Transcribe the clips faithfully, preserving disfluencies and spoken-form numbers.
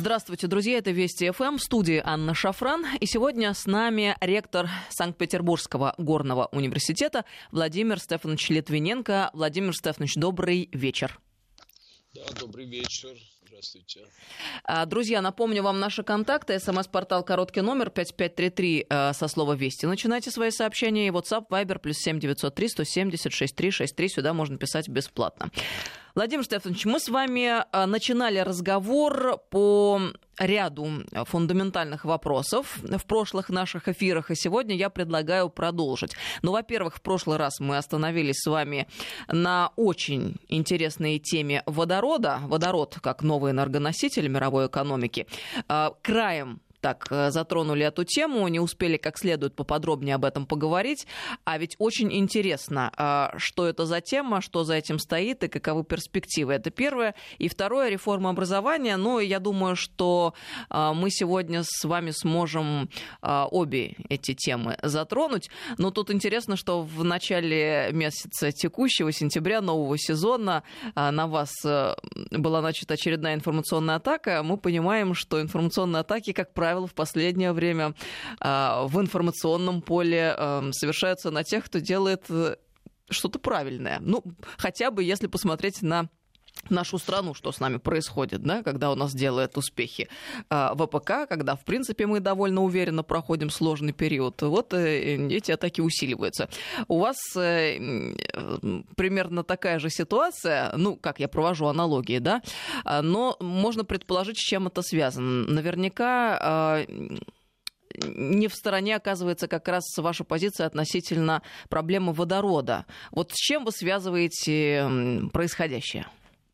Здравствуйте, друзья, это Вести ФМ, в студии Анна Шафран. И сегодня с нами ректор Санкт-Петербургского горного университета Владимир Стефанович Литвиненко. Владимир Стефанович, добрый вечер. Да, добрый вечер. Здравствуйте. Друзья, напомню вам наши контакты. СМС-портал короткий номер пять пять три три со слова «Вести». Начинайте свои сообщения. И WhatsApp, Viber, плюс семь девятьсот три сто семьдесят шестьдесят три шестьдесят три. Сюда можно писать бесплатно. Владимир Стефанович, мы с вами начинали разговор по ряду фундаментальных вопросов в прошлых наших эфирах, и сегодня я предлагаю продолжить. Ну, во-первых, в прошлый раз мы остановились с вами на очень интересной теме водорода. Водород как новый энергоноситель мировой экономики. Краем так затронули эту тему, не успели как следует поподробнее об этом поговорить. А ведь очень интересно, что это за тема, что за этим стоит и каковы перспективы. Это первое. И второе, реформа образования. Ну, я думаю, что мы сегодня с вами сможем обе эти темы затронуть. Но тут интересно, что в начале месяца текущего, сентября, нового сезона, на вас была начата очередная информационная атака. Мы понимаем, что информационные атаки, как правило, в последнее время э, в информационном поле э, совершаются на тех, кто делает э, что-то правильное. Ну, хотя бы если посмотреть на нашу страну, что с нами происходит, да, когда у нас делают успехи э, ВПК, когда, в принципе, мы довольно уверенно проходим сложный период. Вот э, эти атаки усиливаются. У вас э, э, примерно такая же ситуация, ну, как я провожу аналогии, да, но можно предположить, с чем это связано. Наверняка э, не в стороне оказывается как раз ваша позиция относительно проблемы водорода. Вот с чем вы связываете происходящее?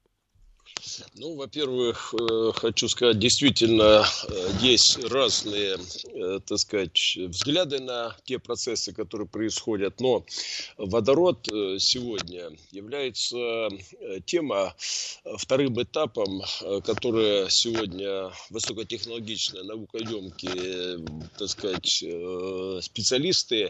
Ну, во-первых, хочу сказать, действительно, есть разные, так сказать, взгляды на те процессы, которые происходят, но водород сегодня является тема, вторым этапом, который сегодня высокотехнологичные, наукоемкие, так сказать, специалисты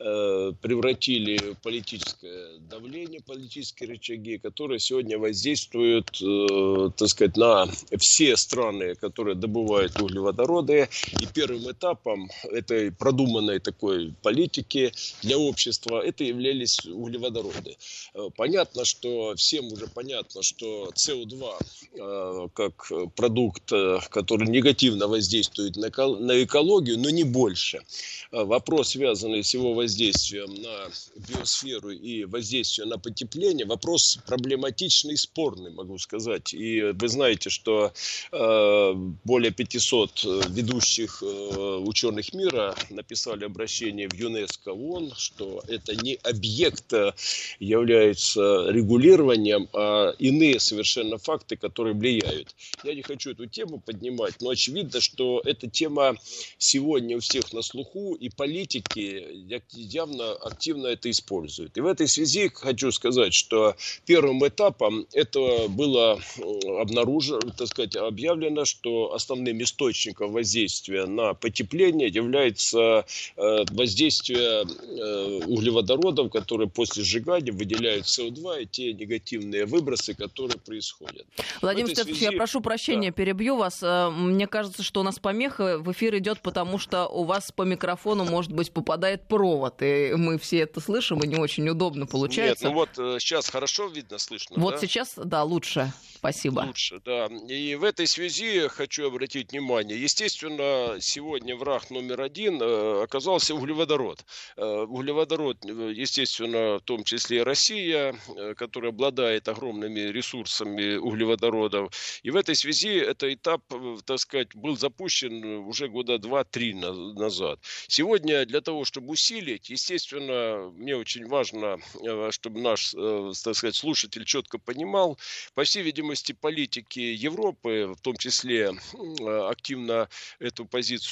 превратили в политическое давление, политические рычаги, которые сегодня воздействуют, так сказать, на все страны, которые добывают углеводороды. И первым этапом этой продуманной такой политики для общества это являлись углеводороды. Понятно, что всем уже понятно, что С О два как продукт, который негативно воздействует на экологию, но не больше. Вопрос, связанный с его воздействием на биосферу и воздействием на потепление, вопрос проблематичный и спорный, могу сказать. И вы знаете, что э, более пятисот ведущих э, ученых мира написали обращение в ЮНЕСКО ООН, что это не объект является регулированием, а иные совершенно факты, которые влияют. Я не хочу эту тему поднимать, но очевидно, что эта тема сегодня у всех на слуху, и политики явно активно это используют. И в этой связи хочу сказать, что первым этапом этого было обнаружено, так сказать, объявлено, что основным источником воздействия на потепление является воздействие углеводородов, которые после сжигания выделяют С О два и те негативные выбросы, которые происходят. Владимир Стефанович, связи... я прошу прощения, да. перебью вас. Мне кажется, что у нас помеха в эфир идет, потому что у вас по микрофону, может быть, попадает провод, и мы все это слышим, и не очень удобно получается. Нет, ну вот сейчас хорошо видно, слышно. Вот да? сейчас, да, лучше. Спасибо. Лучше, да. И в этой связи хочу обратить внимание. Естественно, сегодня враг номер один оказался углеводород. Углеводород, естественно, в том числе и Россия, которая обладает огромными ресурсами углеводородов. И в этой связи этот этап, так сказать, был запущен уже года два-три назад. Сегодня для того, чтобы усилить, естественно, мне очень важно, чтобы наш, так сказать, слушатель четко понимал, по всей видимости, политики Европы, в том числе активно эту позицию,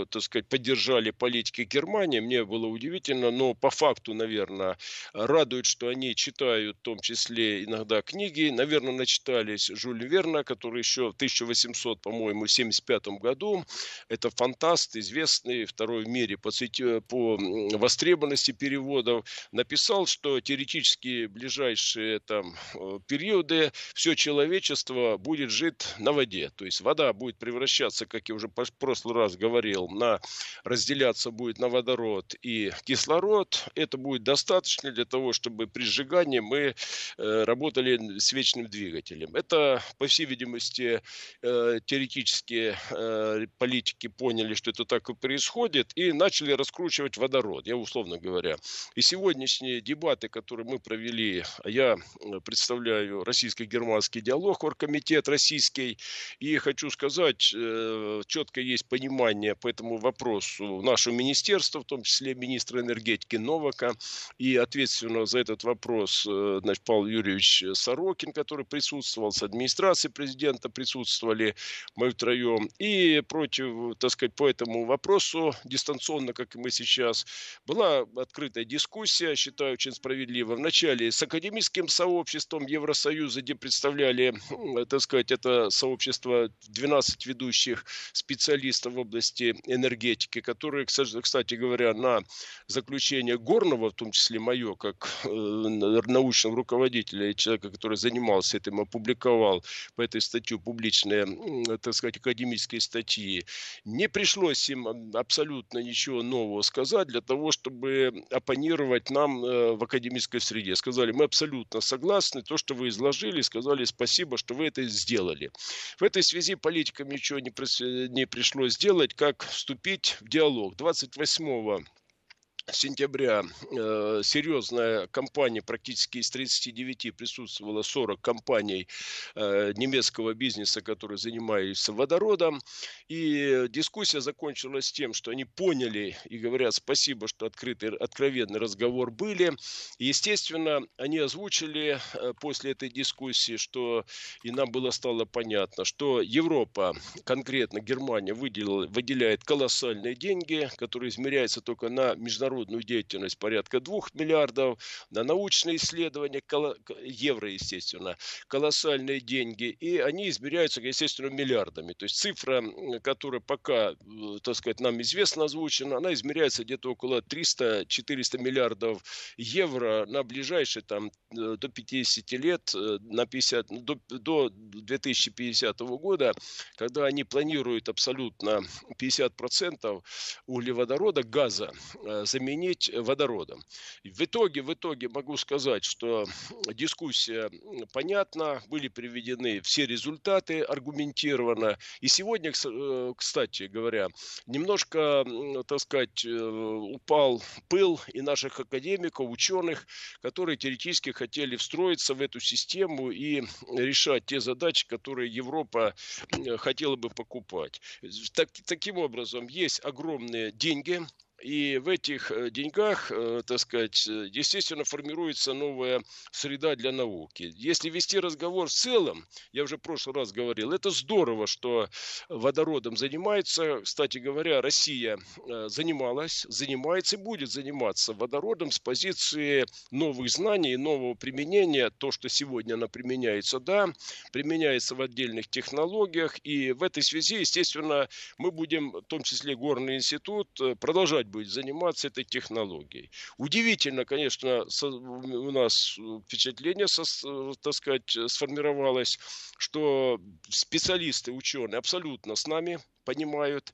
так сказать, поддержали политики Германии. Мне было удивительно, но по факту, наверное, радует, что они читают в том числе иногда книги. Наверное, начитались Жюля Верна, который еще в тысяча восемьсот, по-моему, семьдесят пятом году, это фантаст, известный, второй в мире по, цити... по востребованности переводов, написал, что теоретически ближайшие там периоды все человечество будет жить на воде. То есть вода будет превращаться, как я уже в прошлый раз говорил, на разделяться будет на водород и кислород. Это будет достаточно для того, чтобы при сжигании мы э, работали с вечным двигателем. Это, по всей видимости, э, теоретически э, политики поняли, что это так и происходит, и начали раскручивать водород, я условно говоря. И сегодняшние дебаты, которые мы провели, я представляю российско-германский диалог, оргкомитет российский, и хочу сказать, э, четко есть понимание по этому вопросу нашего министерства, в том числе министра энергетики Новака, и ответственного за этот вопрос, э, значит, Павел Юрьевич Сорокин, который присутствовал, с администрации президента присутствовали, мы втроем, и против, так сказать, по этому вопросу дистанционно, как и мы сейчас, была открытая дискуссия, считаю, очень справедливо. Вначале с академическим сообществом Евросоюза, где представляли, так сказать, это сообщество двенадцать ведущих специалистов в области энергетики, которые, кстати говоря, на заключение Горного, в том числе мое, как научного руководителя и человека, который занимался этим, опубликовал по этой статье публичные, так сказать, академические статьи, не пришлось им абсолютно ничего нового сказать для того, чтобы оппонировать нам в академической среде. Сказали, мы абсолютно согласны, то, что вы изложили, сказали спасибо, что вы это сделали. В этой связи политикам ничего не, при, не пришлось сделать, как вступить в диалог. двадцать восьмого сентября э, серьезная кампания, практически из тридцати девяти присутствовало сорок компаний э, немецкого бизнеса, которые занимаются водородом. И дискуссия закончилась тем, что они поняли и говорят спасибо, что открытый, откровенный разговор были. И, естественно, они озвучили э, после этой дискуссии, что и нам было стало понятно, что Европа, конкретно Германия, выделила, выделяет колоссальные деньги, которые измеряются только на международном деятельность порядка двух миллиардов, на научные исследования, евро, естественно, колоссальные деньги, и они измеряются, естественно, миллиардами. То есть цифра, которая пока, так сказать, нам известно озвучена, она измеряется где-то около триста-четыреста миллиардов евро на ближайшие там до пятидесяти лет, на пятьдесят, до, до две тысячи пятидесятого года, когда они планируют абсолютно пятьдесят процентов углеводорода, газа, заменить водородом. В итоге, в итоге могу сказать, что дискуссия понятна, были приведены все результаты аргументированно. И сегодня, кстати говоря, немножко, так сказать, упал пыл и наших академиков, ученых, которые теоретически хотели встроиться в эту систему и решать те задачи, которые Европа хотела бы покупать. Так, таким образом, есть огромные деньги. И в этих деньгах, так сказать, естественно, формируется новая среда для науки. Если вести разговор в целом, я уже в прошлый раз говорил, это здорово, что водородом занимается. Кстати говоря, Россия занималась, занимается и будет заниматься водородом с позиции новых знаний, нового применения. То, что сегодня она применяется, да, применяется в отдельных технологиях. И в этой связи, естественно, мы будем, в том числе Горный институт, продолжать будет заниматься этой технологией. Удивительно, конечно, у нас впечатление, так сказать, сформировалось, что специалисты, ученые абсолютно с нами понимают.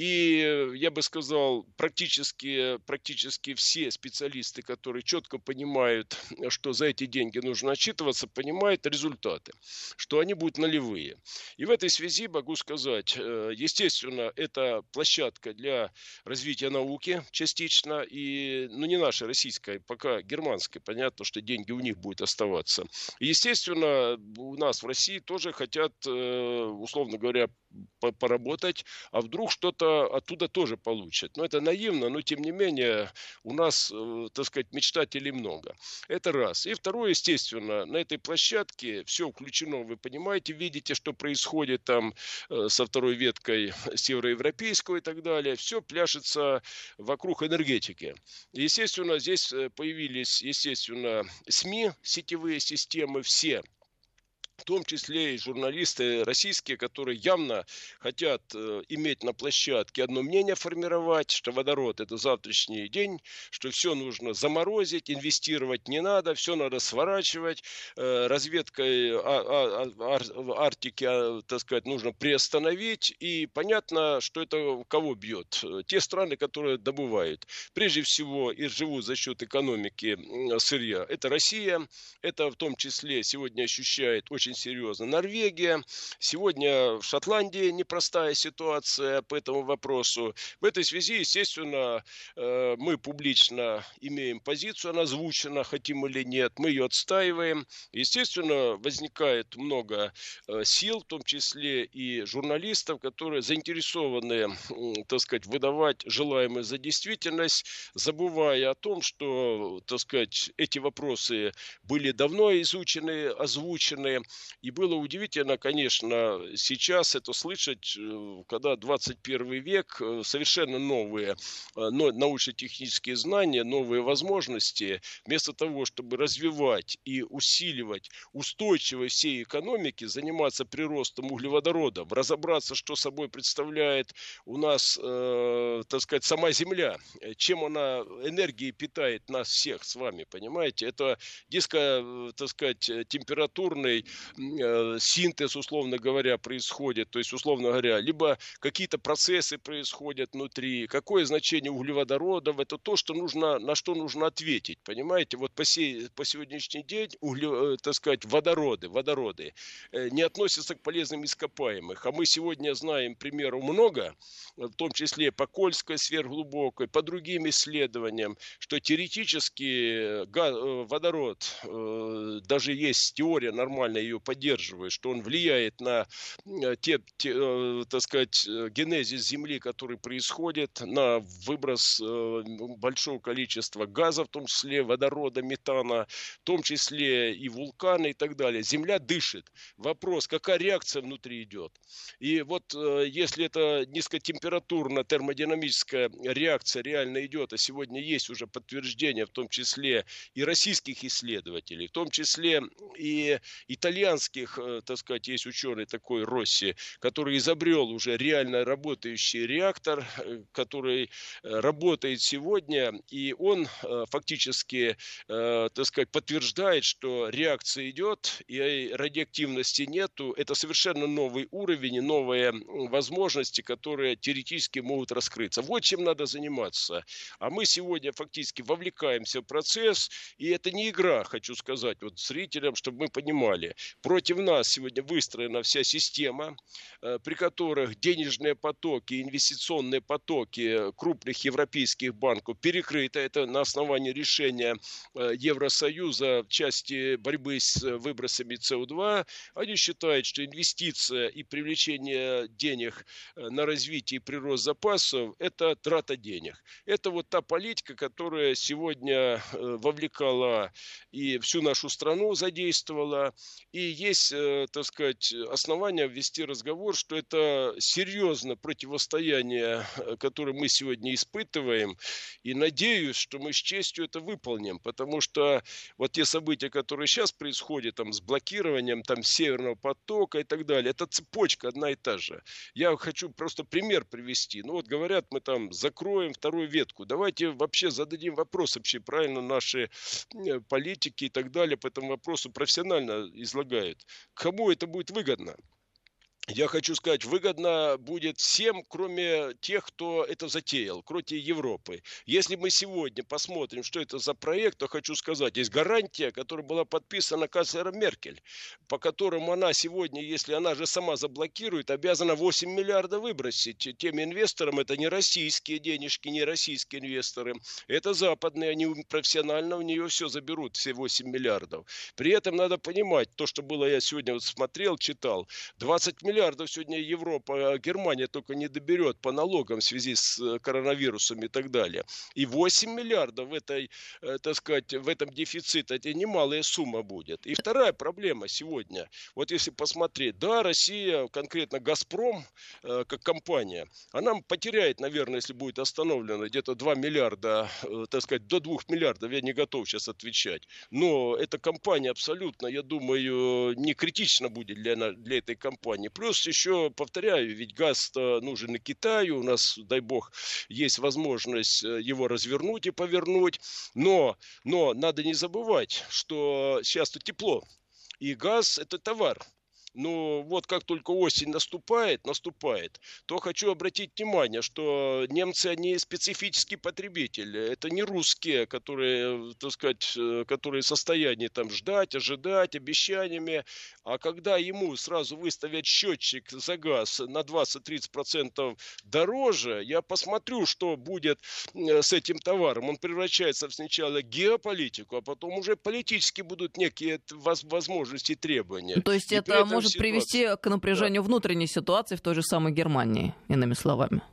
И я бы сказал, практически, практически все специалисты, которые четко понимают, что за эти деньги нужно отчитываться, понимают результаты, что они будут нулевые. И в этой связи могу сказать, естественно, это площадка для развития науки частично, и, ну, не наша российская, пока германская, понятно, что деньги у них будут оставаться. И, естественно, у нас в России тоже хотят, условно говоря, поработать, а вдруг что-то оттуда тоже получат. Но это наивно, но тем не менее у нас, так сказать, мечтателей много. Это раз. И второе, естественно, на этой площадке все включено, вы понимаете, видите, что происходит там со второй веткой североевропейского и так далее. Все пляшется вокруг энергетики. Естественно, здесь появились, естественно, СМИ, сетевые системы, все, в том числе и журналисты российские, которые явно хотят э, иметь на площадке одно мнение формировать, что водород – это завтрашний день, что все нужно заморозить, инвестировать не надо, все надо сворачивать, э, разведкой а, а, а, Арктики, а, так сказать, нужно приостановить, и понятно, что это кого бьет? Те страны, которые добывают. Прежде всего, и живут за счет экономики сырья. Это Россия, это в том числе сегодня ощущает очень серьезно Норвегия. Сегодня в Шотландии непростая ситуация по этому вопросу. В этой связи, естественно, мы публично имеем позицию, она озвучена, хотим или нет, мы ее отстаиваем. Естественно, возникает много сил, в том числе и журналистов, которые заинтересованы, так сказать, выдавать желаемое за действительность, забывая о том, что, так сказать, эти вопросы были давно изучены, озвучены. И было удивительно, конечно, сейчас это слышать, когда двадцать первый век, совершенно новые научно-технические знания, новые возможности, вместо того, чтобы развивать и усиливать устойчивость всей экономики, заниматься приростом углеводородов, разобраться, что собой представляет у нас, э, так сказать, сама Земля, чем она энергией питает нас всех с вами, понимаете? Это диско, так сказать, температурный синтез, условно говоря, происходит, то есть, условно говоря, либо какие-то процессы происходят внутри, какое значение углеводородов, это то, что нужно, на что нужно ответить, понимаете, вот по, сей, по сегодняшний день, угле, так сказать, водороды, водороды не относятся к полезным ископаемым, а мы сегодня знаем примеров много, в том числе по Кольской сверхглубокой, по другим исследованиям, что теоретически водород, даже есть теория нормальная, ее поддерживает, что он влияет на те, те, так сказать, генезис Земли, который происходит, на выброс большого количества газов, в том числе водорода, метана, в том числе и вулканы и так далее. Земля дышит. Вопрос, какая реакция внутри идет. И вот если это низкотемпературная термодинамическая реакция реально идет, а сегодня есть уже подтверждение, в том числе и российских исследователей, в том числе и итальянских, так сказать, есть ученый такой Росси, который изобрел уже реально работающий реактор, который работает сегодня, и он фактически, так сказать, подтверждает, что реакция идет, и радиоактивности нету. Это совершенно новый уровень, и новые возможности, которые теоретически могут раскрыться. Вот чем надо заниматься. А мы сегодня фактически вовлекаемся в процесс, и это не игра, хочу сказать, вот зрителям, чтобы мы понимали. Против нас сегодня выстроена вся система, при которых денежные потоки, инвестиционные потоки крупных европейских банков перекрыты. Это на основании решения Евросоюза в части борьбы с выбросами С О два. Они считают, что инвестиция и привлечение денег на развитие и прирост запасов – это трата денег. Это вот та политика, которая сегодня вовлекала и всю нашу страну задействовала. И есть, так сказать, основания ввести разговор, что это серьезное противостояние, которое мы сегодня испытываем. И надеюсь, что мы с честью это выполним, потому что вот те события, которые сейчас происходят, там, с блокированием там, Северного потока и так далее, это цепочка одна и та же. Я хочу просто пример привести. Ну вот говорят, мы там закроем вторую ветку. Давайте вообще зададим вопрос вообще, правильно наши политики и так далее по этому вопросу профессионально излагают. Кому это будет выгодно? Я хочу сказать, выгодно будет всем, кроме тех, кто это затеял, кроме Европы. Если мы сегодня посмотрим, что это за проект, то хочу сказать, есть гарантия, которая была подписана канцлером Меркель, по которому она сегодня, если она же сама заблокирует, обязана восемь миллиардов выбросить тем инвесторам. Это не российские денежки, не российские инвесторы, это западные, они профессионально у нее все заберут, все восемь миллиардов. При этом надо понимать, то, что было, я сегодня вот смотрел, читал, двадцать миллиардов миллиардов сегодня Европа, Германия только не доберет по налогам в связи с коронавирусом и так далее. И восемь миллиардов в этой, так сказать, в этом дефиците, это немалая сумма будет. И вторая проблема сегодня, вот если посмотреть, да, Россия, конкретно «Газпром», как компания, она потеряет, наверное, если будет остановлена, где-то два миллиарда, так сказать, до двух миллиардов, я не готов сейчас отвечать. Но эта компания абсолютно, я думаю, не критично будет для, для этой компании. Плюс еще, повторяю, ведь газ нужен и Китаю, у нас, дай бог, есть возможность его развернуть и повернуть. Но, но надо не забывать, что сейчас-то тепло, и газ – это товар. Ну, вот как только осень наступает, наступает, то хочу обратить внимание, что немцы, они специфический потребитель. Это не русские, которые, так сказать, которые в состоянии там ждать, ожидать обещаниями. А когда ему сразу выставят счетчик за газ на двадцать-тридцать процентов дороже, я посмотрю, что будет с этим товаром. Он превращается сначала в геополитику, а потом уже политически будут некие возможности и требования. То есть и это может может привести к напряжению да. внутренней ситуации в той же самой Германии, иными словами.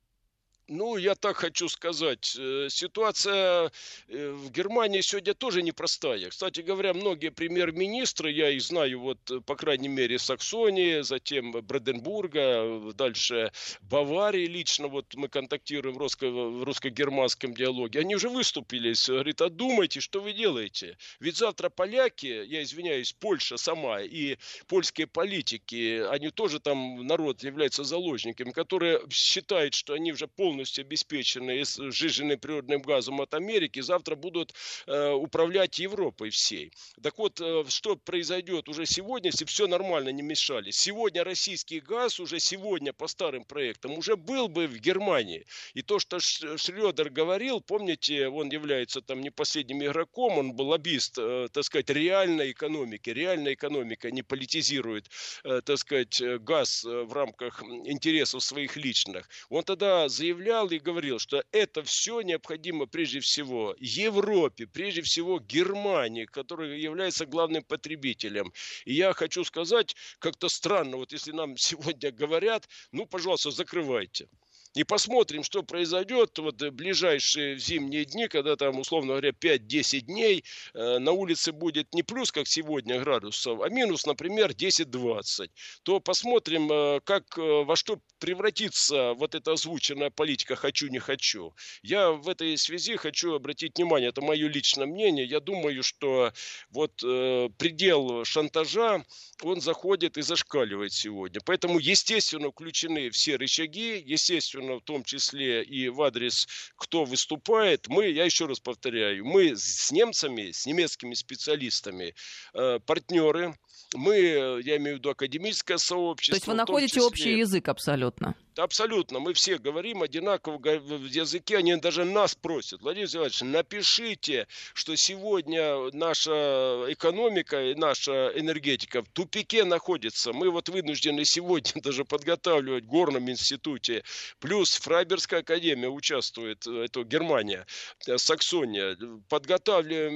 Ну, я так хочу сказать, ситуация в Германии сегодня тоже непростая. Кстати говоря, многие премьер-министры, я их знаю, вот, по крайней мере, Саксонии, затем Бранденбурга, дальше Баварии лично, вот мы контактируем в, русско- в русско-германском диалоге, они уже выступили, говорят, одумайте, что вы делаете. Ведь завтра поляки, я извиняюсь, Польша сама и польские политики, они тоже там, народ является заложниками, которые считают, что они уже полностью обеспечены сжиженным природным газом от Америки, завтра будут э, управлять Европой всей. Так вот, э, что произойдет уже сегодня, если все нормально не мешали? Сегодня российский газ уже сегодня по старым проектам уже был бы в Германии. И то, что Шрёдер говорил, помните, он является там не последним игроком, он был лоббист, э, так сказать, реальной экономики. Реальная экономика не политизирует, э, так сказать, газ в рамках интересов своих личных. Он тогда заявлял и говорил, что это все необходимо прежде всего Европе, прежде всего Германии, которая является главным потребителем. И я хочу сказать, как-то странно, вот если нам сегодня говорят, ну, пожалуйста, закрывайте. И посмотрим, что произойдет вот в ближайшие зимние дни, когда там, условно говоря, пять-десять дней э, на улице будет не плюс, как сегодня, градусов, а минус, например, десять-двадцать. То посмотрим, э, как, э, во что превратится вот эта озвученная политика «хочу, не хочу». Я в этой связи хочу обратить внимание, это мое личное мнение, я думаю, что вот э, предел шантажа, он заходит и зашкаливает сегодня. Поэтому, естественно, включены все рычаги, естественно, в том числе и в адрес, кто выступает. Мы, я еще раз повторяю, мы с немцами, с немецкими специалистами э, партнеры. Мы, я имею в виду академическое сообщество. То есть вы находите числе... общий язык абсолютно? Абсолютно. Мы все говорим одинаково в языке. Они даже нас просят. Владимир Владимирович, напишите, что сегодня наша экономика и наша энергетика в тупике находится. Мы вот вынуждены сегодня даже подготавливать в Горном институте. Плюс Фрайбергская академия участвует, это Германия, Саксония. Подготавливаем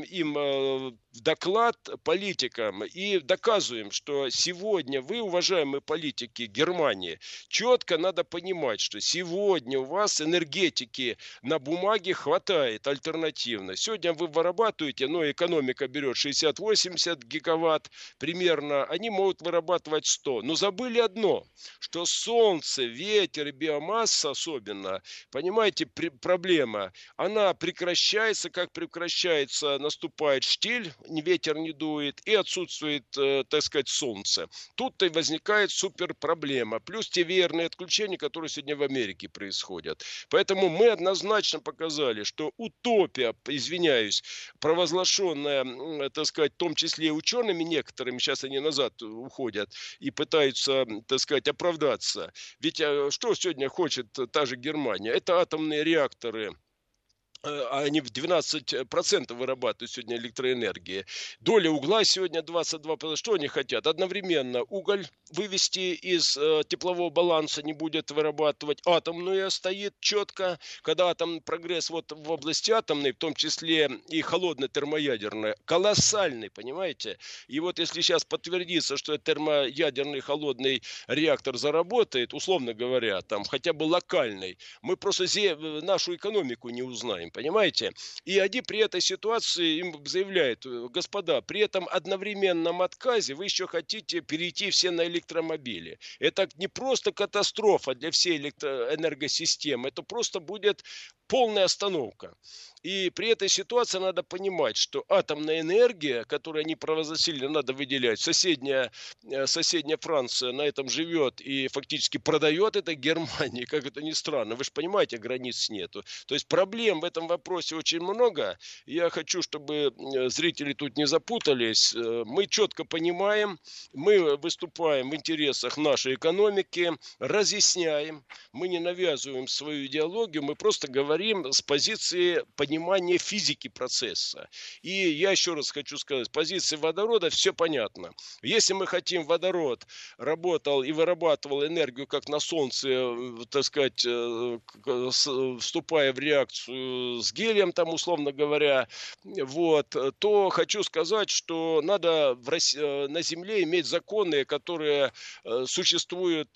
им доклад политикам и доказываем, что сегодня вы, уважаемые политики Германии, четко надо понимать, что сегодня у вас энергетики на бумаге хватает альтернативно. Сегодня вы вырабатываете, но экономика берет шестьдесят-восемьдесят гигаватт примерно, они могут вырабатывать сто. Но забыли одно, что солнце, ветер и биомасса особенно, понимаете, при, проблема, она прекращается, как прекращается, наступает штиль, ветер не дует и отсутствует, э, так сказать, солнце. Тут-то и возникает супер проблема. Плюс те веерные отключения, которые сегодня в Америке происходят. Поэтому мы однозначно показали, что утопия, извиняюсь, провозглашенная, так сказать, в том числе и учеными некоторыми, сейчас они назад уходят и пытаются, так сказать, оправдаться. Ведь что сегодня хочет та же Германия? Это атомные реакторы они в двенадцать процентов вырабатывают сегодня электроэнергии. Доля угля сегодня двадцать два процента. Что они хотят? Одновременно уголь вывести из э, теплового баланса, не будет вырабатывать. Атомную стоит четко. Когда атомный прогресс вот в области атомной, в том числе и холодной термоядерной, колоссальный, понимаете? И вот если сейчас подтвердится, что термоядерный холодный реактор заработает, условно говоря, там хотя бы локальный, мы просто зе- нашу экономику не узнаем. Понимаете? И они при этой ситуации им заявляют: господа, при этом одновременном отказе вы еще хотите перейти все на электромобили. Это не просто катастрофа для всей электроэнергосистемы, это просто будет полная остановка. И при этой ситуации надо понимать, что атомная энергия, которую они провозгласили, надо выделять. Соседняя, соседняя Франция на этом живет и фактически продает это Германии, как это ни странно. Вы же понимаете, границ нету. То есть проблем в этом вопросе очень много. Я хочу, чтобы зрители тут не запутались. Мы четко понимаем, мы выступаем в интересах нашей экономики, разъясняем, мы не навязываем свою идеологию, мы просто говорим с позиции понимания понимание физики процесса. И я еще раз хочу сказать, с позиции водорода все понятно. Если мы хотим, водород работал и вырабатывал энергию, как на Солнце, так сказать, вступая в реакцию с гелием, там, условно говоря, вот, то хочу сказать, что надо в России, на Земле иметь законы, которые существуют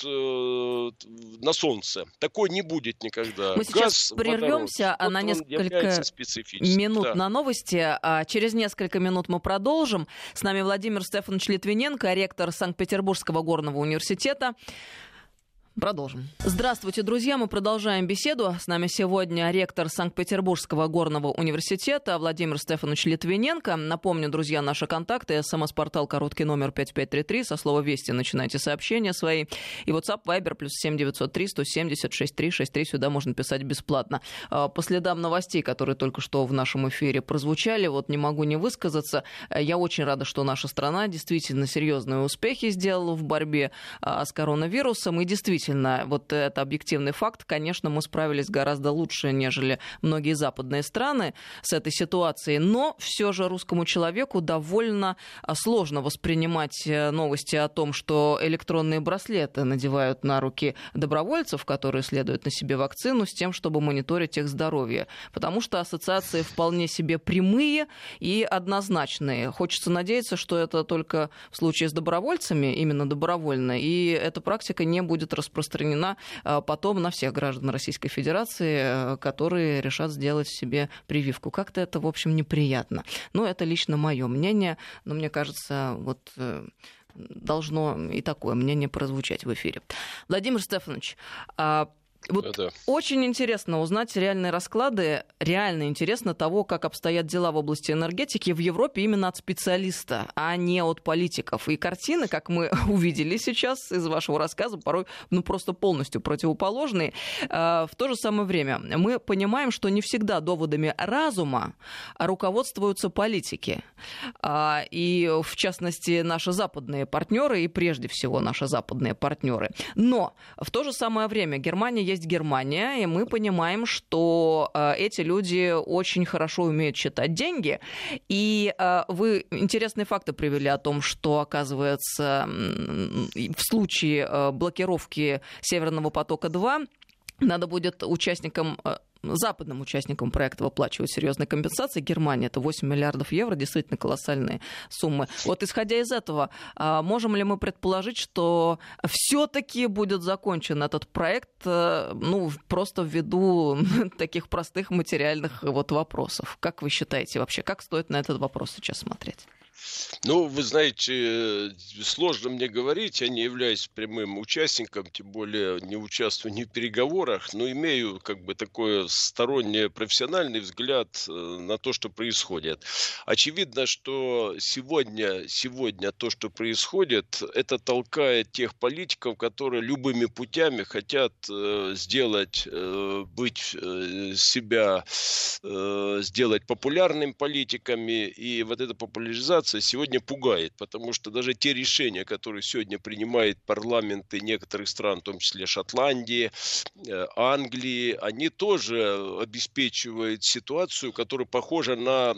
на Солнце. Такой не будет никогда. Мы сейчас Газ, прервемся водород, на несколько минут да. на новости. А через несколько минут мы продолжим. С нами Владимир Стефанович Литвиненко, ректор Санкт-Петербургского горного университета. Продолжим. Здравствуйте, друзья. Мы продолжаем беседу. С нами сегодня ректор Санкт-Петербургского горного университета Владимир Стефанович Литвиненко. Напомню, друзья, наши контакты. СМС-портал короткий номер пять пять три три. Со слова «Вести» начинайте сообщения свои. И WhatsApp, Viber, плюс семь девятьсот три сто семьдесят шестьдесят три шестьдесят три. Сюда можно писать бесплатно. По следам новостей, которые только что в нашем эфире прозвучали, вот не могу не высказаться. Я очень рада, что наша страна действительно серьезные успехи сделала в борьбе с коронавирусом. И действительно, вот это объективный факт. Конечно, мы справились гораздо лучше, нежели многие западные страны с этой ситуацией, но все же русскому человеку довольно сложно воспринимать новости о том, что электронные браслеты надевают на руки добровольцев, которые следуют на себе вакцину, с тем, чтобы мониторить их здоровье. Потому что ассоциации вполне себе прямые и однозначные. Хочется надеяться, что это только в случае с добровольцами, именно добровольно, и эта практика не будет распространена распространена потом на всех граждан Российской Федерации, которые решат сделать себе прививку. Как-то это, в общем, неприятно. Но это лично мое мнение. Но мне кажется, вот должно и такое мнение прозвучать в эфире. Владимир Стефанович, вот это... очень интересно узнать реальные расклады, реально интересно того, как обстоят дела в области энергетики в Европе именно от специалиста, а не от политиков. И картины, как мы увидели сейчас из вашего рассказа, порой ну, просто полностью противоположные. В то же самое время мы понимаем, что не всегда доводами разума руководствуются политики. И, в частности, наши западные партнеры, и прежде всего наши западные партнеры. Но в то же самое время Германия есть Германия, и мы понимаем, что э, эти люди очень хорошо умеют считать деньги. И э, вы интересные факты привели о том, что, оказывается, в случае э, блокировки Северного потока-два надо будет участникам... Э, западным участникам проекта выплачивать серьезные компенсации. Германия — это восемь миллиардов евро, действительно колоссальные суммы. Вот исходя из этого, можем ли мы предположить, что все-таки будет закончен этот проект, ну, просто ввиду таких простых материальных вот вопросов? Как вы считаете вообще, как стоит на этот вопрос сейчас смотреть? Ну, вы знаете, сложно мне говорить, я не являюсь прямым участником, тем более не участвую ни в переговорах, но имею как бы такой сторонний профессиональный взгляд на то, что происходит. Очевидно, что сегодня, сегодня то, что происходит, это толкает тех политиков, которые любыми путями хотят сделать, быть себя, сделать популярными политиками, и вот эта популяризация ситуация сегодня пугает, потому что даже те решения, которые сегодня принимают парламенты некоторых стран, в том числе Шотландии, Англии, они тоже обеспечивают ситуацию, которая похожа на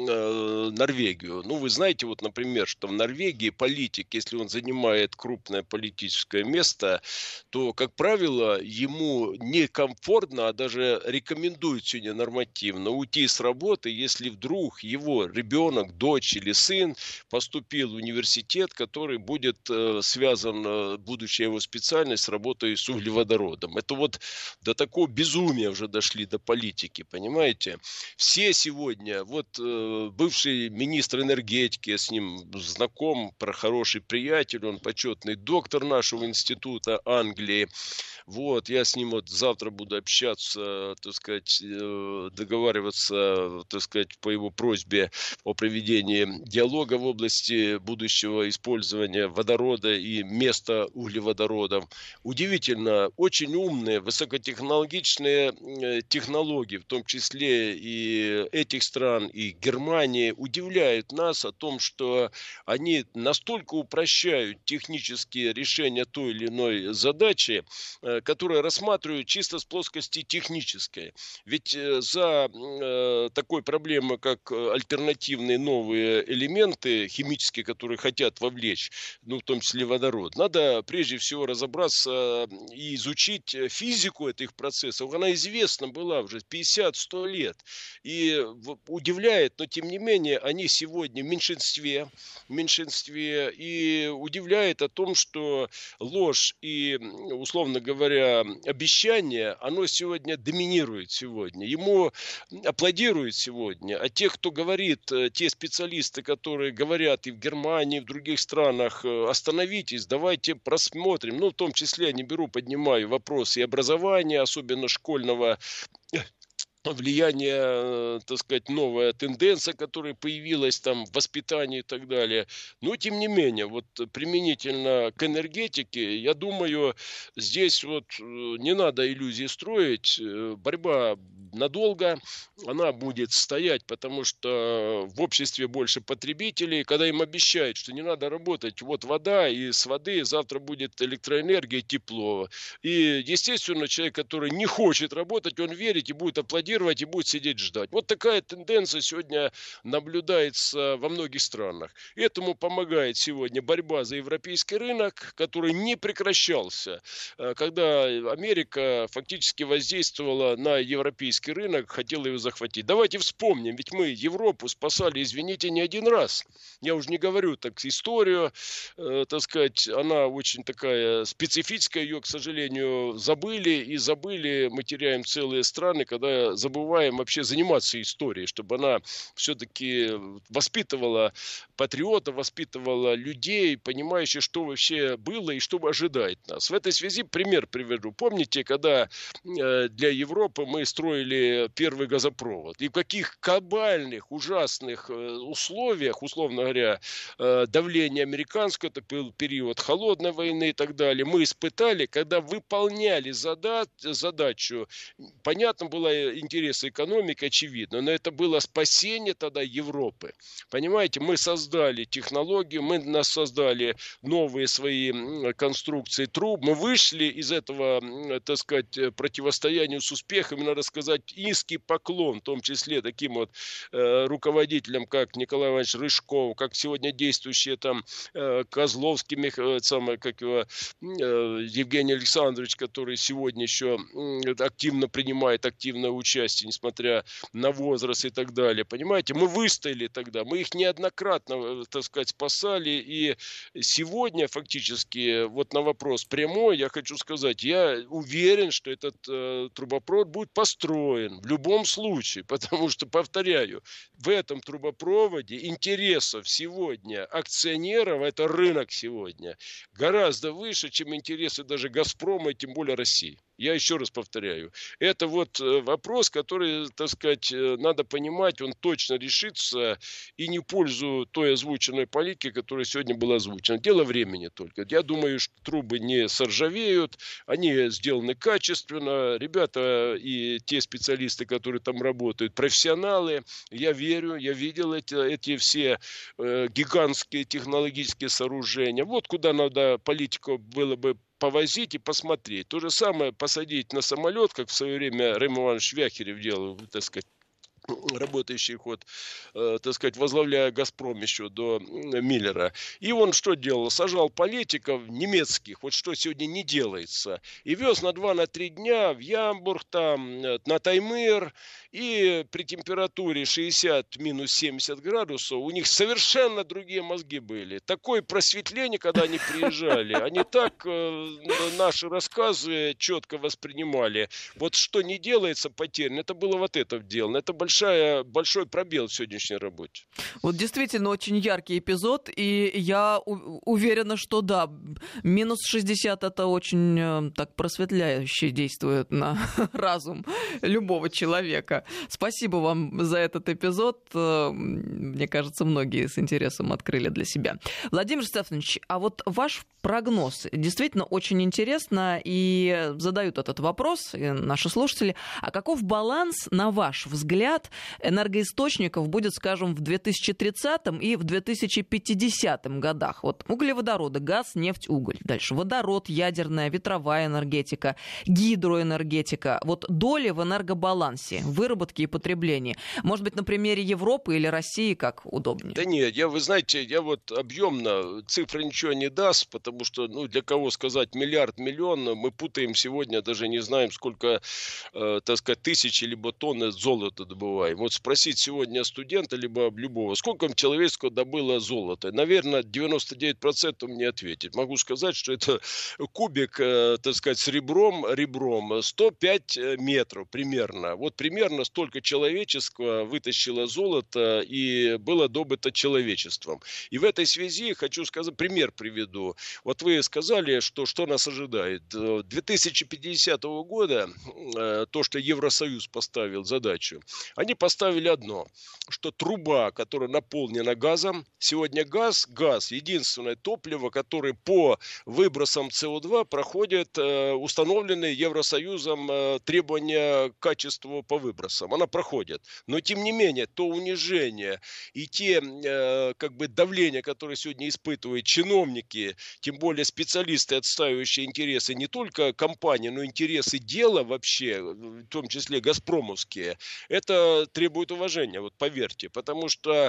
Норвегию. Ну, вы знаете, вот, например, что в Норвегии политик, если он занимает крупное политическое место, то, как правило, ему некомфортно, а даже рекомендуют сегодня нормативно уйти с работы, если вдруг его ребенок, дочь или сын поступил в университет, который будет э, связан, э, будущая его специальность, с работой с углеводородом. Это вот до такого безумия уже дошли до политики, понимаете? Все сегодня, вот э, бывший министр энергетики, я с ним знаком, про хороший приятель, он почетный доктор нашего института Англии. Вот, я с ним вот завтра буду общаться, так сказать, договариваться, так сказать, по его просьбе о проведении диалога в области будущего использования водорода и места углеводородов. Удивительно, очень умные, высокотехнологичные технологии, в том числе и этих стран, и Германии, удивляют нас о том, что они настолько упрощают технические решения той или иной задачи, которые рассматривают чисто с плоскости технической. Ведь за э, такой проблемой, как альтернативные новые элементы химические, которые хотят вовлечь, ну, в том числе водород, надо прежде всего разобраться и изучить физику этих процессов. Она известна была уже пятьдесят-сто лет. И удивляет, но тем не менее, они сегодня в меньшинстве, в меньшинстве и удивляет о том, что ложь и, условно говоря, обещание, оно сегодня доминирует сегодня. Ему аплодируют сегодня. А те, кто говорит, те специалисты, которые говорят и в Германии, и в других странах, остановитесь, давайте просмотрим. Ну, в том числе я не беру, поднимаю вопросы и образования, особенно школьного влияние, так сказать, новая тенденция, которая появилась там в воспитании и так далее. Но, тем не менее, вот применительно к энергетике, я думаю, здесь вот не надо иллюзий строить. Борьба надолго, она будет стоять, потому что в обществе больше потребителей, когда им обещают, что не надо работать, вот вода, и с воды завтра будет электроэнергия, тепло. И, естественно, человек, который не хочет работать, он верит и будет аплодировать, и будет сидеть ждать. Вот такая тенденция сегодня наблюдается во многих странах. Этому помогает сегодня борьба за европейский рынок, который не прекращался, когда Америка фактически воздействовала на европейский рынок, хотела его захватить. Давайте вспомним, ведь мы Европу спасали, извините, не один раз. Я уже не говорю так историю, э, так сказать, она очень такая специфическая, ее, к сожалению, забыли, и забыли, мы теряем целые страны, когда забываем вообще заниматься историей, чтобы она все-таки воспитывала патриотов, воспитывала людей, понимающих, что вообще было и что ожидает нас. В этой связи пример приведу. Помните, когда для Европы мы строили первый газопровод, и в каких кабальных, ужасных условиях, условно говоря, давление американское, это был период холодной войны и так далее, мы испытали, когда выполняли задачу, задачу понятно было интересы экономики, очевидно, но это было спасение тогда Европы. Понимаете, мы создали технологию, мы создали новые свои конструкции труб, мы вышли из этого, так сказать, противостояния с успехом, и, надо сказать, низкий поклон, в том числе таким вот э, руководителям, как Николай Иванович Рыжков, как сегодня действующие там э, Козловский, э, самое, как его, э, Евгений Александрович, который сегодня еще э, активно принимает активное участие, несмотря на возраст и так далее. Понимаете, мы выстояли тогда, мы их неоднократно, так сказать, спасали, и сегодня фактически вот на вопрос прямой я хочу сказать, я уверен, что этот э, трубопровод будет построен в любом случае, потому что, повторяю, в этом трубопроводе интересов сегодня акционеров, это рынок сегодня, гораздо выше, чем интересы даже Газпрома и тем более России. Я еще раз повторяю. Это вот вопрос, который, так сказать, надо понимать, он точно решится и не в пользу той озвученной политики, которая сегодня была озвучена. Дело времени только. Я думаю, что трубы не соржавеют, они сделаны качественно. Ребята и те специалисты, которые там работают, профессионалы. Я верю, я видел эти, эти все э, гигантские технологические сооружения. Вот куда надо политику было бы повозить и посмотреть. То же самое посадить на самолет, как в свое время Рем Иванович Вяхерев делал, так сказать, работающий ход, э, так сказать, возглавляя «Газпром» еще до Миллера. И он что делал? Сажал политиков немецких, вот что сегодня не делается, и вез на два, на три дня в Ямбург, там, на Таймыр, и при температуре шестьдесят минус семьдесят градусов у них совершенно другие мозги были. Такое просветление, когда они приезжали, они так э, наши рассказы четко воспринимали. Вот что не делается потеряно, это было вот это сделано. Это большое большой пробел в сегодняшней работе. Вот действительно очень яркий эпизод, и я у- уверена, что да, минус шестьдесят это очень э, так просветляюще действует на разум любого человека. Спасибо вам за этот эпизод. Э, Мне кажется, многие с интересом открыли для себя. Владимир Стефанович, а вот ваш прогноз действительно очень интересно, и задают этот вопрос и наши слушатели. А каков баланс, на ваш взгляд, энергоисточников будет, скажем, в две тысячи тридцатом и в две тысячи пятидесятом годах? Вот углеводороды, газ, нефть, уголь. Дальше водород, ядерная, ветровая энергетика, гидроэнергетика. Вот доли в энергобалансе, выработке и потреблении. Может быть, на примере Европы или России, как удобнее? Да нет, я, вы знаете, я вот объемно, цифра ничего не даст, потому что, ну, для кого сказать миллиард, миллион, мы путаем сегодня, даже не знаем, сколько, э, так сказать, тысячи либо тонны золота добываем. Вот спросить сегодня студента, либо любого, сколько человеческого добыло золота? Наверное, девяносто девять процентов мне ответит. Могу сказать, что это кубик, э, так сказать, с ребром, ребром сто пять метров примерно. Вот примерно столько человеческого вытащило золото и было добыто человечеством. И в этой связи хочу сказать, пример приведу. Вот вы сказали, что, что нас ожидает. две тысячи пятидесятого года, э, то, что Евросоюз поставил задачу, они поставили одно, что труба, которая наполнена газом, сегодня газ, газ, единственное топливо, которое по выбросам С О два проходит э, установленные Евросоюзом э, требования к качеству по выбросам. Она проходит. Но тем не менее, то унижение и те э, как бы давления, которые сегодня испытывают чиновники, тем более специалисты, отстаивающие интересы не только компании, но и интересы дела вообще, в том числе газпромовские, это требует уважения, вот поверьте, потому что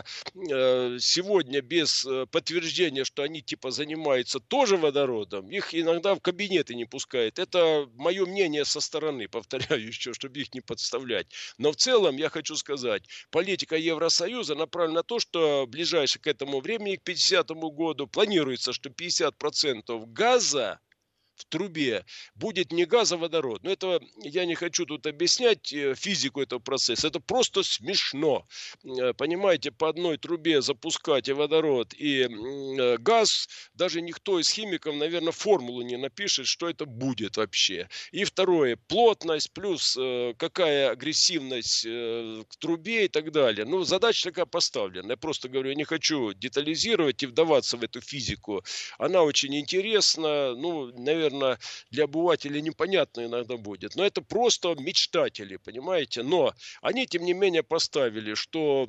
э, сегодня без э, подтверждения, что они типа занимаются тоже водородом, их иногда в кабинеты не пускают. Это мое мнение со стороны, повторяю еще, чтобы их не подставлять. Но в целом я хочу сказать, политика Евросоюза направлена на то, что ближайшее к этому времени, к пятидесятому году, планируется, что пятьдесят процентов газа в трубе будет не газ, а водород. Но это я не хочу тут объяснять физику этого процесса. Это просто смешно. Понимаете, по одной трубе запускать и водород, и газ, даже никто из химиков, наверное, формулу не напишет, что это будет вообще. И второе, плотность плюс какая агрессивность к трубе и так далее. Ну, задача такая поставлена. Я просто говорю, я не хочу детализировать и вдаваться в эту физику. Она очень интересна. Ну, наверное, для обывателя непонятно иногда будет. Но это просто мечтатели, понимаете? Но они, тем не менее, поставили, что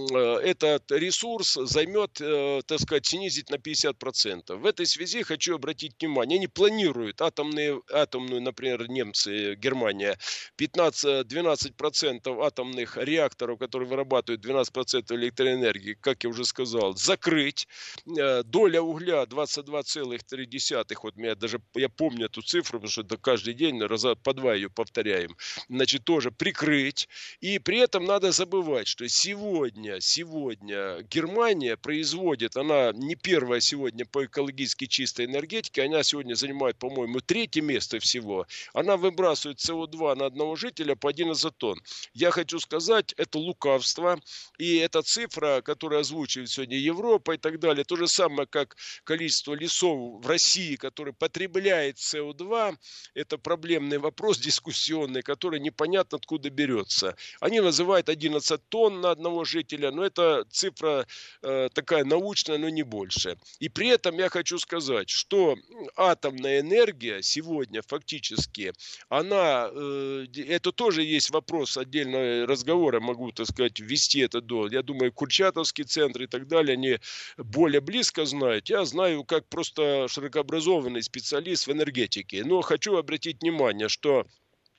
этот ресурс займет, так сказать, снизить на пятьдесят процентов. В этой связи хочу обратить внимание, они планируют атомные, атомную, например, немцы, Германия, пятнадцать-двенадцать процентов атомных реакторов, которые вырабатывают двенадцать процентов электроэнергии, как я уже сказал, закрыть. Доля угля двадцать два целых три десятых, вот меня даже, я помню эту цифру, потому что это каждый день раза по два ее повторяем, значит, тоже прикрыть. И при этом надо забывать, что сегодня, сегодня Германия производит, она не первая сегодня по экологически чистой энергетике, она сегодня занимает, по-моему, третье место всего. Она выбрасывает С О два на одного жителя по одиннадцать тонн. Я хочу сказать, это лукавство, и эта цифра, которую озвучивает сегодня Европа и так далее, то же самое, как количество лесов в России, которые потребляют выделяет С О два, это проблемный вопрос дискуссионный, который непонятно откуда берется. Они называют одиннадцать тонн на одного жителя, но это цифра э, такая научная, но не больше. И при этом я хочу сказать, что атомная энергия сегодня фактически, она, э, это тоже есть вопрос отдельного разговора, могу, так сказать, ввести это до, я думаю, Курчатовский центр и так далее, они более близко знают. Я знаю как просто широкообразованный специалист в энергетике, но хочу обратить внимание, что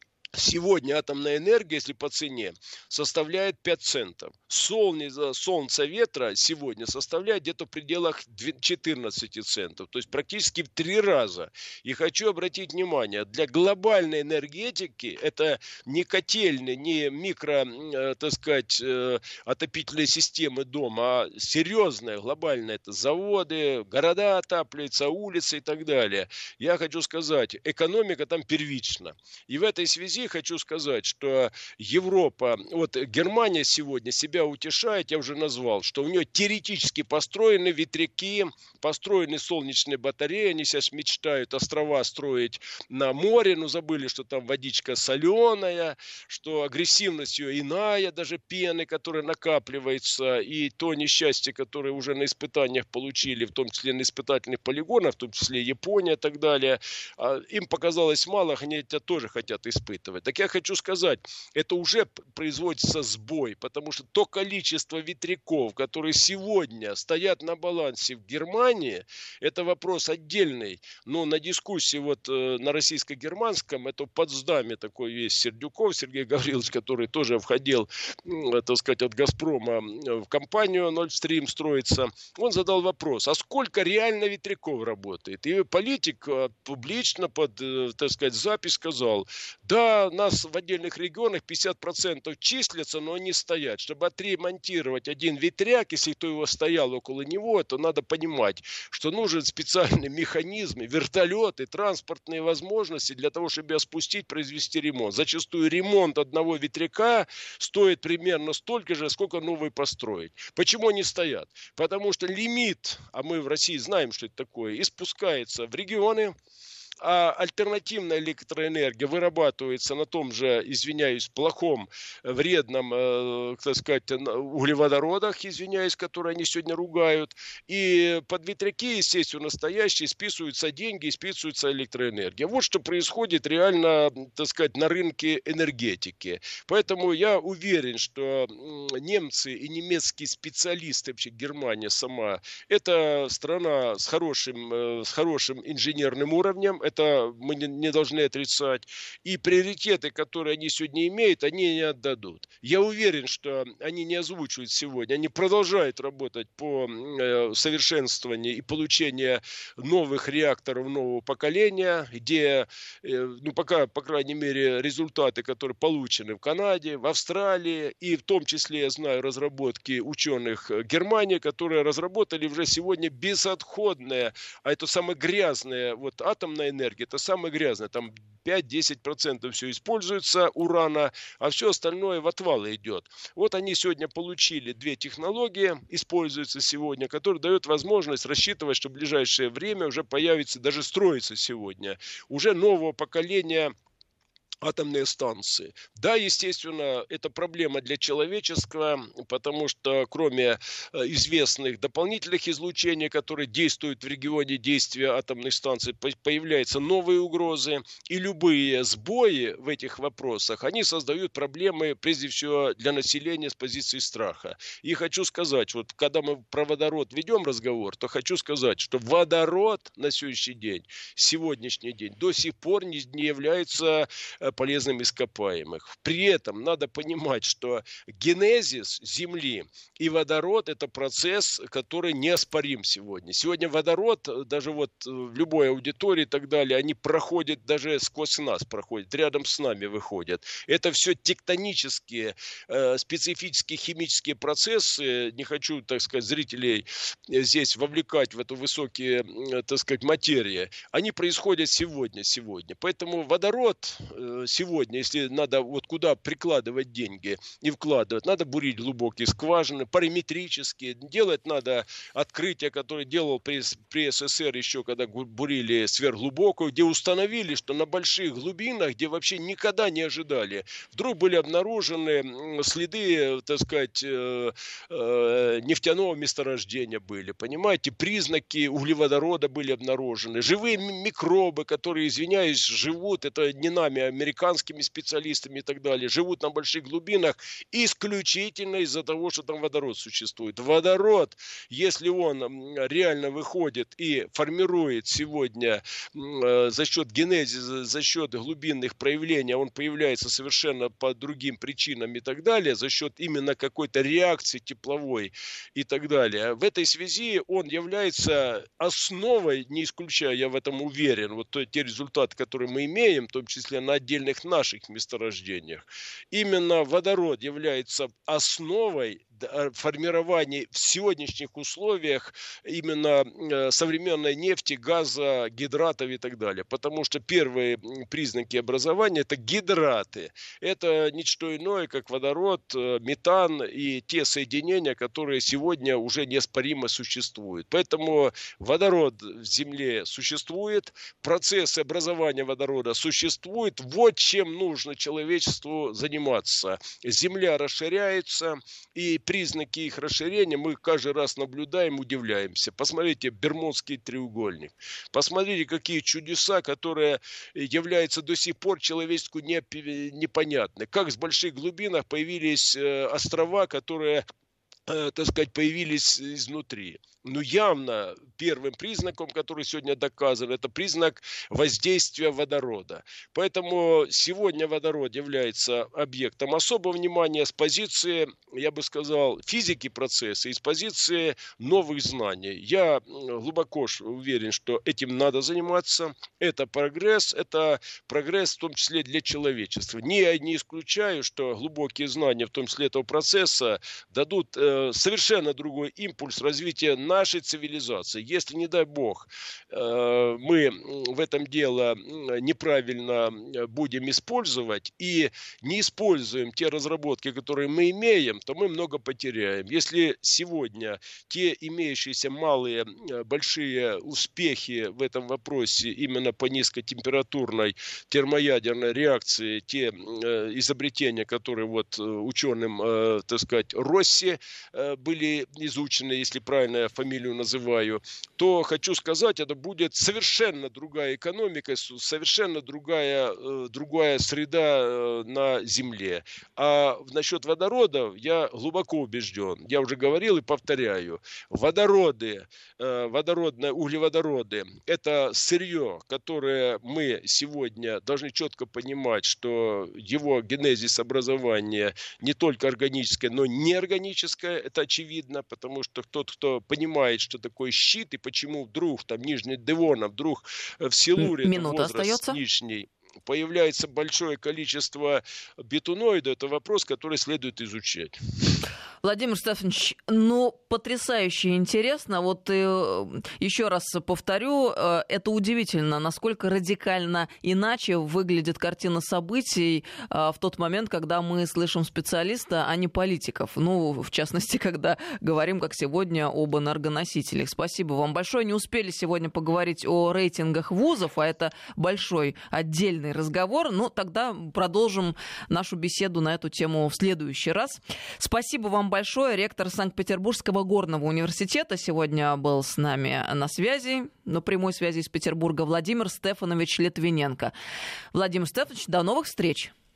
сегодня атомная энергия, если по цене, составляет пять центов. Солнце, солнце ветра сегодня составляет где-то в пределах четырнадцать центов. То есть практически в три раза. И хочу обратить внимание, для глобальной энергетики это не котельные, не микро, э, так сказать, э, отопительные системы дома, а серьезная, глобальная. Это заводы, города отапливаются, улицы и так далее. Я хочу сказать, экономика там первична. И в этой связи хочу сказать, что Европа, вот Германия сегодня себя утешает, я уже назвал, что у нее теоретически построены ветряки, построены солнечные батареи, они сейчас мечтают острова строить на море, но забыли, что там водичка соленая, что агрессивность ее иная, даже пены, которая накапливается, и то несчастье, которое уже на испытаниях получили, в том числе на испытательных полигонах, в том числе Япония и так далее, им показалось мало, они это тоже хотят испытывать. Так я хочу сказать, это уже производится сбой, потому что то количество ветряков, которые сегодня стоят на балансе в Германии, это вопрос отдельный. Но на дискуссии вот э, на российско-германском, это в Потсдаме такой есть Сердюков Сергей Гаврилович, который тоже входил, э, так сказать, от «Газпрома» в компанию Nord Stream строится. Он задал вопрос, а сколько реально ветряков работает? И политик э, публично под, э, так сказать, запись сказал, да, нас в отдельных регионах пятьдесят процентов числятся, но они стоят. Чтобы отремонтировать один ветряк, если кто его стоял около него, то надо понимать, что нужен специальный механизм, вертолеты, транспортные возможности для того, чтобы ее спустить, произвести ремонт. Зачастую ремонт одного ветряка стоит примерно столько же, сколько новый построить. Почему они стоят? Потому что лимит, а мы в России знаем, что это такое, испускается в регионы, а альтернативная электроэнергия вырабатывается на том же, извиняюсь, плохом, вредном, э, так сказать, углеводородах, извиняюсь, которые они сегодня ругают. И под ветряки, естественно, настоящие, списываются деньги и списывается электроэнергия. Вот что происходит реально, так сказать, на рынке энергетики. Поэтому я уверен, что немцы и немецкие специалисты, вообще Германия сама, это страна с хорошим, с хорошим инженерным уровнем. Это мы не должны отрицать. И приоритеты, которые они сегодня имеют, они не отдадут. Я уверен, что они не озвучивают сегодня. Они продолжают работать по совершенствованию и получению новых реакторов нового поколения, где, ну, пока, по крайней мере, результаты, которые получены в Канаде, в Австралии, и в том числе, я знаю, разработки ученых Германии, которые разработали уже сегодня безотходное, а это самое грязное, вот атомная энергия, это самое грязное, там пять-десять процентов все используется урана, а все остальное в отвалы идет. Вот они сегодня получили две технологии, используются сегодня, которые дают возможность рассчитывать, что в ближайшее время уже появится, даже строится сегодня, уже нового поколения атомные станции. Да, естественно, это проблема для человечества, потому что кроме известных дополнительных излучений, которые действуют в регионе действия атомных станций, появляются новые угрозы, и любые сбои в этих вопросах, они создают проблемы, прежде всего, для населения с позиции страха. И хочу сказать, вот когда мы про водород ведем разговор, то хочу сказать, что водород на сегодняшний день, сегодняшний день, до сих пор не, не является полезным ископаемых. При этом надо понимать, что генезис Земли и водород – это процесс, который неоспорим сегодня. Сегодня водород, даже вот в любой аудитории и так далее, они проходят даже сквозь нас, проходят, рядом с нами выходят. Это все тектонические, э, специфические химические процессы. Не хочу, так сказать, зрителей здесь вовлекать в эту высокие, э, так сказать, материи. Они происходят сегодня, сегодня. Поэтому водород, э, сегодня, если надо вот куда прикладывать деньги и вкладывать, надо бурить глубокие скважины, параметрические, делать надо открытия, которые делал при, при СССР еще, когда бурили сверхглубокую, где установили, что на больших глубинах, где вообще никогда не ожидали, вдруг были обнаружены следы, так сказать, нефтяного месторождения были, понимаете, признаки углеводорода были обнаружены, живые микробы, которые, извиняюсь, живут, это не нами, а американскими специалистами и так далее, живут на больших глубинах исключительно из-за того, что там водород существует. Водород, если он реально выходит и формирует сегодня э, за счет генезиса, за счет глубинных проявлений, он появляется совершенно по другим причинам и так далее, за счет именно какой-то реакции тепловой и так далее. В этой связи он является основой, не исключая, я в этом уверен, вот те результаты, которые мы имеем, в том числе на отдельных наших месторождениях. Именно водород является основой формирования в сегодняшних условиях именно современной нефти, газа, гидратов и так далее. Потому что первые признаки образования – это гидраты. Это не что иное, как водород, метан и те соединения, которые сегодня уже неоспоримо существуют. Поэтому водород в Земле существует, процесс образования водорода существует. Вот чем нужно человечеству заниматься. Земля расширяется, и признаки их расширения мы каждый раз наблюдаем, удивляемся. Посмотрите, Бермудский треугольник. Посмотрите, какие чудеса, которые являются до сих пор человечеству непонятны. Как с больших глубинах появились острова, которые, так сказать, появились изнутри. Но явно первым признаком, который сегодня доказан, это признак воздействия водорода. Поэтому сегодня водород является объектом особого внимания с позиции, я бы сказал, физики процесса и с позиции новых знаний. Я глубоко уверен, что этим надо заниматься. Это прогресс, это прогресс в том числе для человечества. Не, не исключаю, что глубокие знания, в том числе этого процесса, дадут э, совершенно другой импульс развития нашей цивилизации. Если, не дай бог, мы в этом дело неправильно будем использовать и не используем те разработки, которые мы имеем, то мы много потеряем. Если сегодня те имеющиеся малые, большие успехи в этом вопросе именно по низкотемпературной термоядерной реакции, те изобретения, которые вот ученым, так сказать, Росси были изучены, если правильно я фамилию называю, то хочу сказать, это будет совершенно другая экономика, совершенно другая, другая среда на Земле. А насчет водорода я глубоко убежден. Я уже говорил и повторяю. Водороды, водородные, углеводороды – это сырье, которое мы сегодня должны четко понимать, что его генезис образования не только органическое, но неорганическое. Это очевидно, потому что тот, кто понимает, что такое щит и почему вдруг там Нижний Девон, вдруг в Силуре Минута возраст остается. нижний, появляется большое количество бетоноида, это вопрос, который следует изучать. Владимир Стефанович, ну, потрясающе интересно. Вот э, еще раз повторю, э, это удивительно, насколько радикально иначе выглядит картина событий э, в тот момент, когда мы слышим специалиста, а не политиков. Ну, в частности, когда говорим, как сегодня, об энергоносителях. Спасибо вам большое. Не успели сегодня поговорить о рейтингах вузов, а это большой отдельный разговор. Ну, тогда продолжим нашу беседу на эту тему в следующий раз. Спасибо вам большое. Ректор Санкт-Петербургского горного университета сегодня был с нами на связи, на прямой связи из Петербурга, Владимир Стефанович Литвиненко. Владимир Стефанович, до новых встреч.